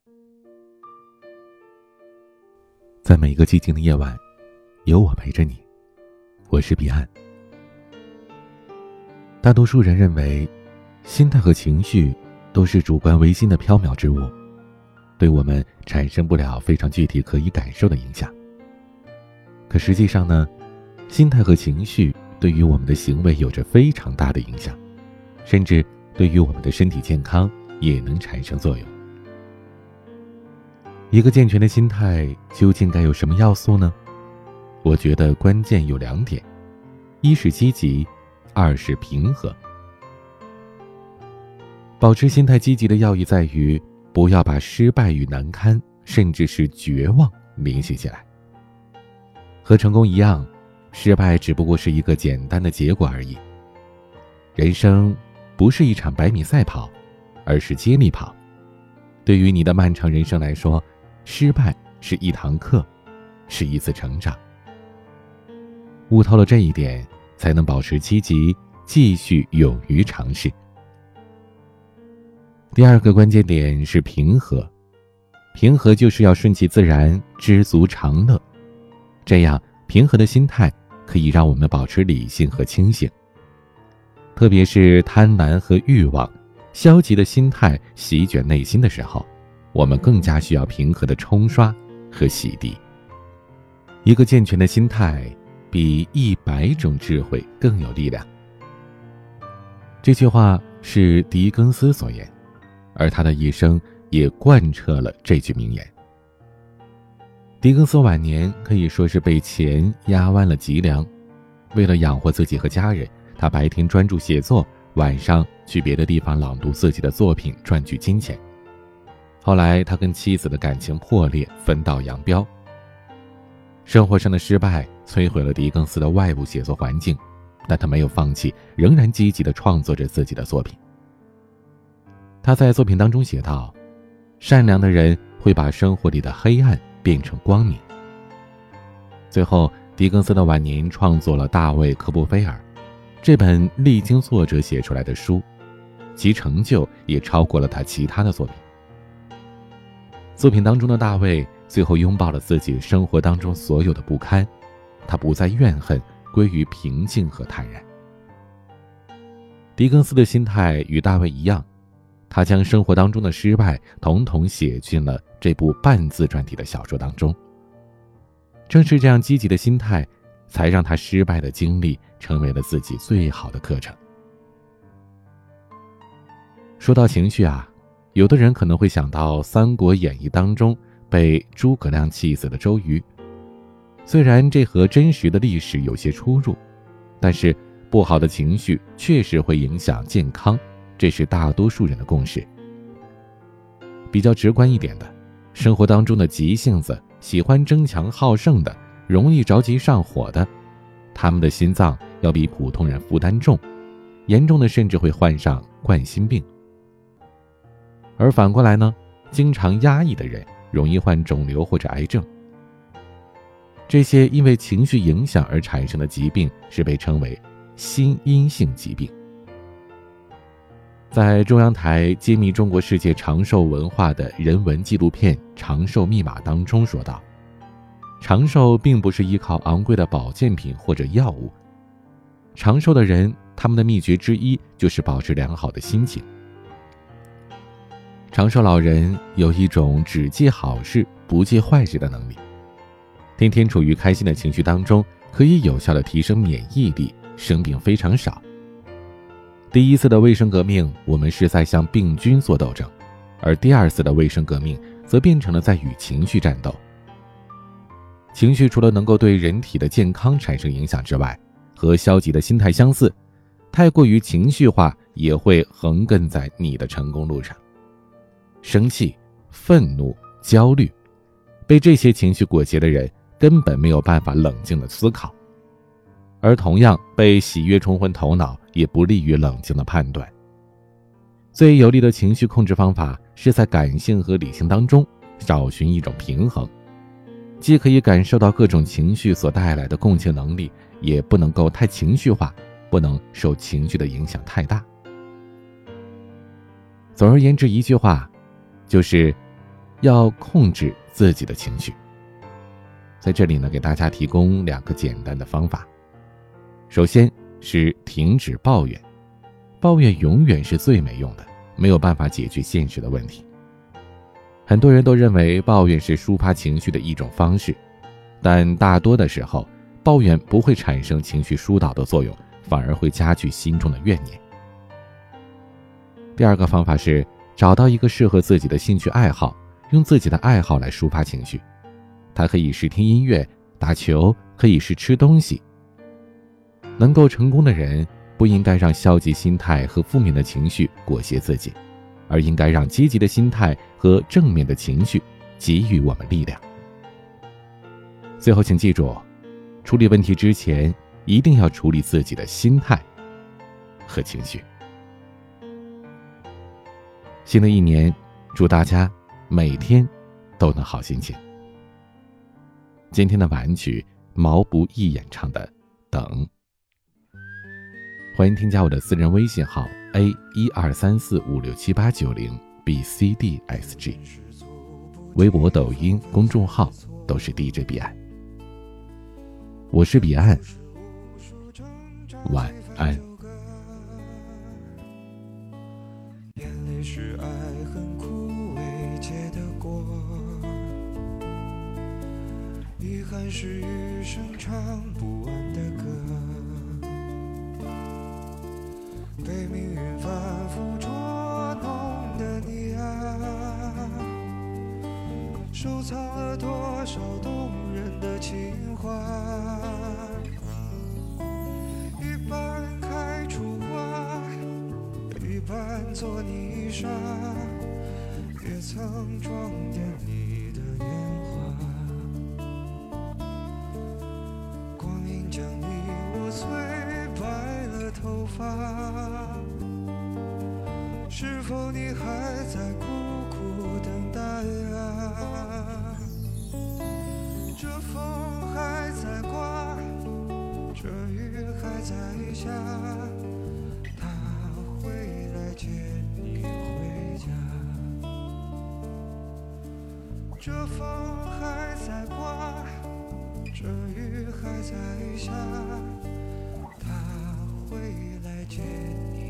在每一个寂静的夜晚，有我陪着你。我是彼岸。大多数人认为，心态和情绪都是主观唯心的缥缈之物，对我们产生不了非常具体可以感受的影响。可实际上呢，心态和情绪对于我们的行为有着非常大的影响，甚至对于我们的身体健康也能产生作用。一个健全的心态究竟该有什么要素呢？我觉得关键有2点，一是积极，二是平和。保持心态积极的要义在于，不要把失败与难堪，甚至是绝望联系起来。和成功一样，失败只不过是一个简单的结果而已。人生不是一场100米赛跑，而是接力跑。对于你的漫长人生来说，失败是一堂课，是一次成长。悟透了这一点，才能保持积极，继续勇于尝试。第2个关键点是平和。平和就是要顺其自然，知足常乐。这样平和的心态可以让我们保持理性和清醒。特别是贪婪和欲望、消极的心态席卷内心的时候，我们更加需要平和的冲刷和洗涤。一个健全的心态比100种智慧更有力量。这句话是狄更斯所言，而他的一生也贯彻了这句名言。狄更斯晚年可以说是被钱压弯了脊梁，为了养活自己和家人，他白天专注写作，晚上去别的地方朗读自己的作品赚取金钱。后来他跟妻子的感情破裂，分道扬镳。生活上的失败摧毁了狄更斯的外部写作环境，但他没有放弃，仍然积极地创作着自己的作品。他在作品当中写道，善良的人会把生活里的黑暗变成光明。最后狄更斯的晚年创作了《大卫·科波菲尔》这本历经作者写出来的书，其成就也超过了他其他的作品。作品当中的大卫最后拥抱了自己生活当中所有的不堪，他不再怨恨，归于平静和坦然。狄更斯的心态与大卫一样，他将生活当中的失败统统写进了这部半自传体的小说当中。正是这样积极的心态，才让他失败的经历成为了自己最好的课程。说到情绪啊，有的人可能会想到《三国演义》当中被诸葛亮气死的周瑜。虽然这和真实的历史有些出入，但是不好的情绪确实会影响健康，这是大多数人的共识。比较直观一点的，生活当中的急性子、喜欢争强好胜的、容易着急上火的，他们的心脏要比普通人负担重，严重的甚至会患上冠心病。而反过来呢，经常压抑的人容易患肿瘤或者癌症。这些因为情绪影响而产生的疾病是被称为心因性疾病。在中央台揭秘中国世界长寿文化的人文纪录片《长寿密码》当中说道，长寿并不是依靠昂贵的保健品或者药物，长寿的人他们的秘诀之一就是保持良好的心情。长寿老人有一种只记好事不记坏事的能力，天天处于开心的情绪当中，可以有效地提升免疫力，生病非常少。第1次的卫生革命，我们是在向病菌做斗争，而第2次的卫生革命则变成了在与情绪战斗。情绪除了能够对人体的健康产生影响之外，和消极的心态相似，太过于情绪化也会横亘在你的成功路上。生气、愤怒、焦虑，被这些情绪裹挟的人根本没有办法冷静的思考，而同样被喜悦冲昏头脑，也不利于冷静的判断。最有力的情绪控制方法是在感性和理性当中找寻一种平衡，既可以感受到各种情绪所带来的共情能力，也不能够太情绪化，不能受情绪的影响太大。总而言之一句话，就是要控制自己的情绪。在这里呢，给大家提供2个简单的方法。首先是停止抱怨，抱怨永远是最没用的，没有办法解决现实的问题。很多人都认为抱怨是抒发情绪的一种方式，但大多的时候，抱怨不会产生情绪疏导的作用，反而会加剧心中的怨念。第2个方法是找到一个适合自己的兴趣爱好，用自己的爱好来抒发情绪。它可以是听音乐、打球，可以是吃东西。能够成功的人不应该让消极心态和负面的情绪裹挟自己，而应该让积极的心态和正面的情绪给予我们力量。最后请记住，处理问题之前一定要处理自己的心态和情绪。新的一年，祝大家每天都能好心情。今天的晚曲，毛不易演唱的《等》。欢迎添加我的私人微信号 A1234567890BCDSG， 微博、抖音、公众号都是 DJ 彼岸。我是彼岸，晚安。 眼泪是爱恨苦未结的果，遗憾是余生唱不完的歌，被命运反复捉弄的你啊，收藏了多少动人的情话，一半开出花，一半做泥沙，也曾装点你的年华。光阴将你我催白了头发，是否你还在苦苦等待啊？这风还在刮，这雨还在下，他会来接你回家。这风还在刮，这雨还在下，他会来接你